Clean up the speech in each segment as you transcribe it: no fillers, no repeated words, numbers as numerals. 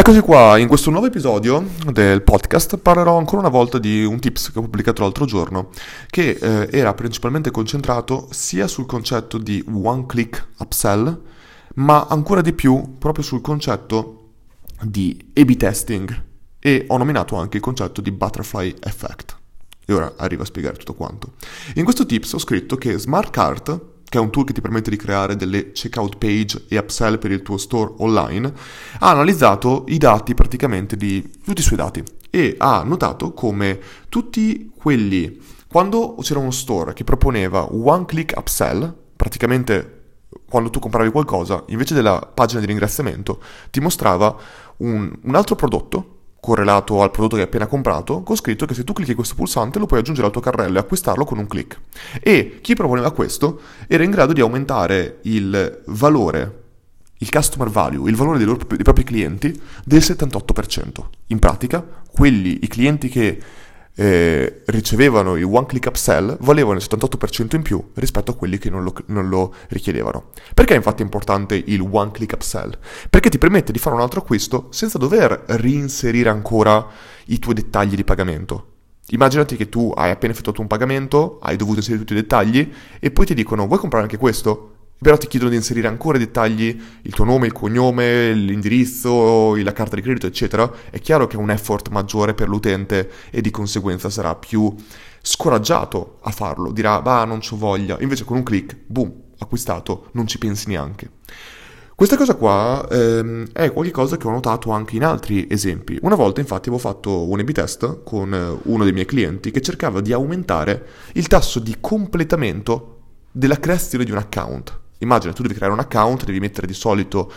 Eccoci qua, in questo nuovo episodio del podcast parlerò ancora una volta di un tips che ho pubblicato l'altro giorno, che era principalmente concentrato sia sul concetto di one click upsell, ma ancora di più proprio sul concetto di A/B testing, e ho nominato anche il concetto di butterfly effect. E ora arrivo a spiegare tutto quanto. In questo tips ho scritto che Smart Cart, che è un tool che ti permette di creare delle checkout page e upsell per il tuo store online, ha analizzato i dati praticamente di tutti i suoi dati e ha notato come tutti quelli, quando c'era uno store che proponeva one click upsell, praticamente quando tu compravi qualcosa, invece della pagina di ringraziamento ti mostrava un altro prodotto correlato al prodotto che hai appena comprato, con scritto che se tu clicchi questo pulsante lo puoi aggiungere al tuo carrello e acquistarlo con un click. E chi proponeva questo era in grado di aumentare il valore, il customer value, il valore dei propri clienti del 78%. In pratica, i clienti che ricevevano il one click upsell valevano il 78% in più rispetto a quelli che non lo richiedevano. Perché infatti è importante il one click upsell? Perché ti permette di fare un altro acquisto senza dover reinserire ancora i tuoi dettagli di pagamento. Immaginati che tu hai appena effettuato un pagamento, hai dovuto inserire tutti i dettagli e poi ti dicono: vuoi comprare anche questo? Però ti chiedono di inserire ancora i dettagli, il tuo nome, il cognome, l'indirizzo, la carta di credito, eccetera. È chiaro che è un effort maggiore per l'utente e di conseguenza sarà più scoraggiato a farlo. Dirà: bah, non c'ho voglia. Invece con un click, boom, acquistato, non ci pensi neanche. Questa cosa qua è qualcosa che ho notato anche in altri esempi. Una volta infatti avevo fatto un A/B test con uno dei miei clienti che cercava di aumentare il tasso di completamento della creazione di un account. Immagina, tu devi creare un account, devi mettere di solito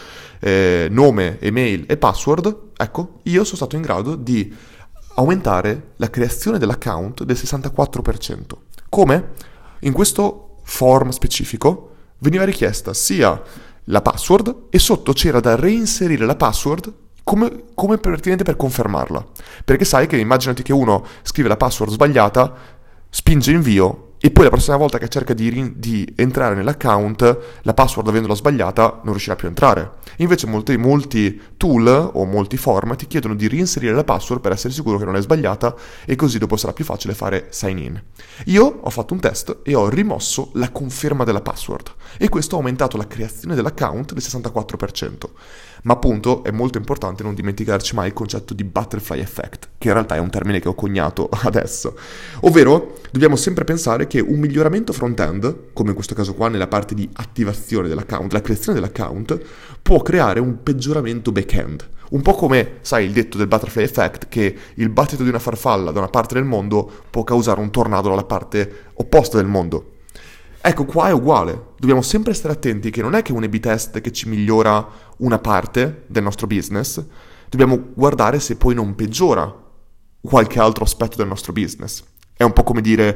nome, email e password. Ecco, io sono stato in grado di aumentare la creazione dell'account del 64%. Come? In questo form specifico veniva richiesta sia la password e sotto c'era da reinserire la password come pertinente per confermarla. Perché sai che immaginati che uno scrive la password sbagliata, spinge invio e poi la prossima volta che cerca di entrare nell'account, la password avendola sbagliata non riuscirà più a entrare. Invece molti tool o molti form ti chiedono di reinserire la password per essere sicuro che non è sbagliata e così dopo sarà più facile fare sign in. Io ho fatto un test e ho rimosso la conferma della password e questo ha aumentato la creazione dell'account del 64%. Ma appunto è molto importante non dimenticarci mai il concetto di butterfly effect, che in realtà è un termine che ho coniato adesso. Ovvero, dobbiamo sempre pensare che un miglioramento front-end, come in questo caso qua nella parte di attivazione dell'account, la creazione dell'account, può creare un peggioramento back-end. Un po' come, sai, il detto del butterfly effect, che il battito di una farfalla da una parte del mondo può causare un tornado dalla parte opposta del mondo. Ecco, qua è uguale. Dobbiamo sempre stare attenti che non è che un A/B test che ci migliora una parte del nostro business, dobbiamo guardare se poi non peggiora qualche altro aspetto del nostro business. È un po' come dire,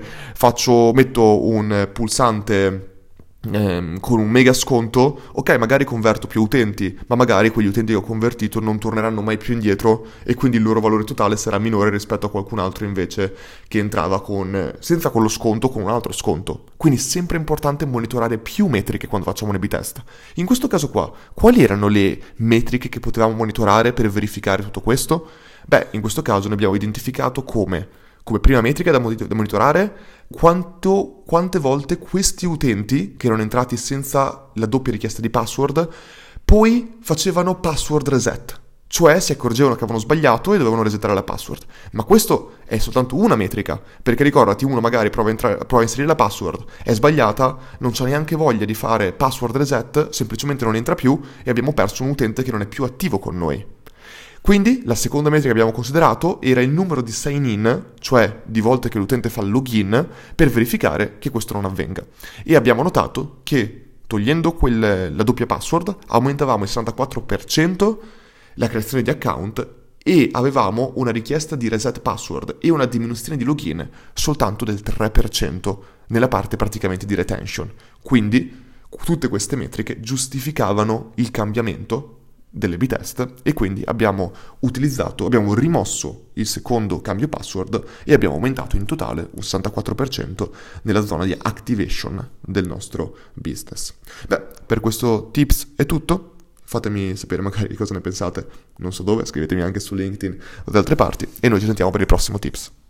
metto un pulsante con un mega sconto, ok, magari converto più utenti, ma magari quegli utenti che ho convertito non torneranno mai più indietro e quindi il loro valore totale sarà minore rispetto a qualcun altro invece che entrava senza quello sconto, con un altro sconto. Quindi è sempre importante monitorare più metriche quando facciamo un A/B test. In questo caso qua, quali erano le metriche che potevamo monitorare per verificare tutto questo? Beh, in questo caso ne abbiamo identificato come prima metrica da monitorare quante volte questi utenti che erano entrati senza la doppia richiesta di password poi facevano password reset, cioè si accorgevano che avevano sbagliato e dovevano resettare la password. Ma questo è soltanto una metrica, perché ricordati, uno magari prova a inserire la password, è sbagliata, non c'ha neanche voglia di fare password reset, semplicemente non entra più e abbiamo perso un utente che non è più attivo con noi. Quindi la seconda metrica che abbiamo considerato era il numero di sign-in, cioè di volte che l'utente fa il login, per verificare che questo non avvenga. E abbiamo notato che togliendo la doppia password aumentavamo il 64% la creazione di account e avevamo una richiesta di reset password e una diminuzione di login soltanto del 3% nella parte praticamente di retention. Quindi tutte queste metriche giustificavano il cambiamento delle A/B test e quindi abbiamo rimosso il secondo cambio password e abbiamo aumentato in totale un 64% nella zona di activation del nostro business. Beh, per questo tips è tutto. Fatemi sapere magari cosa ne pensate, non so dove, scrivetemi anche su LinkedIn o da altre parti e noi ci sentiamo per il prossimo tips.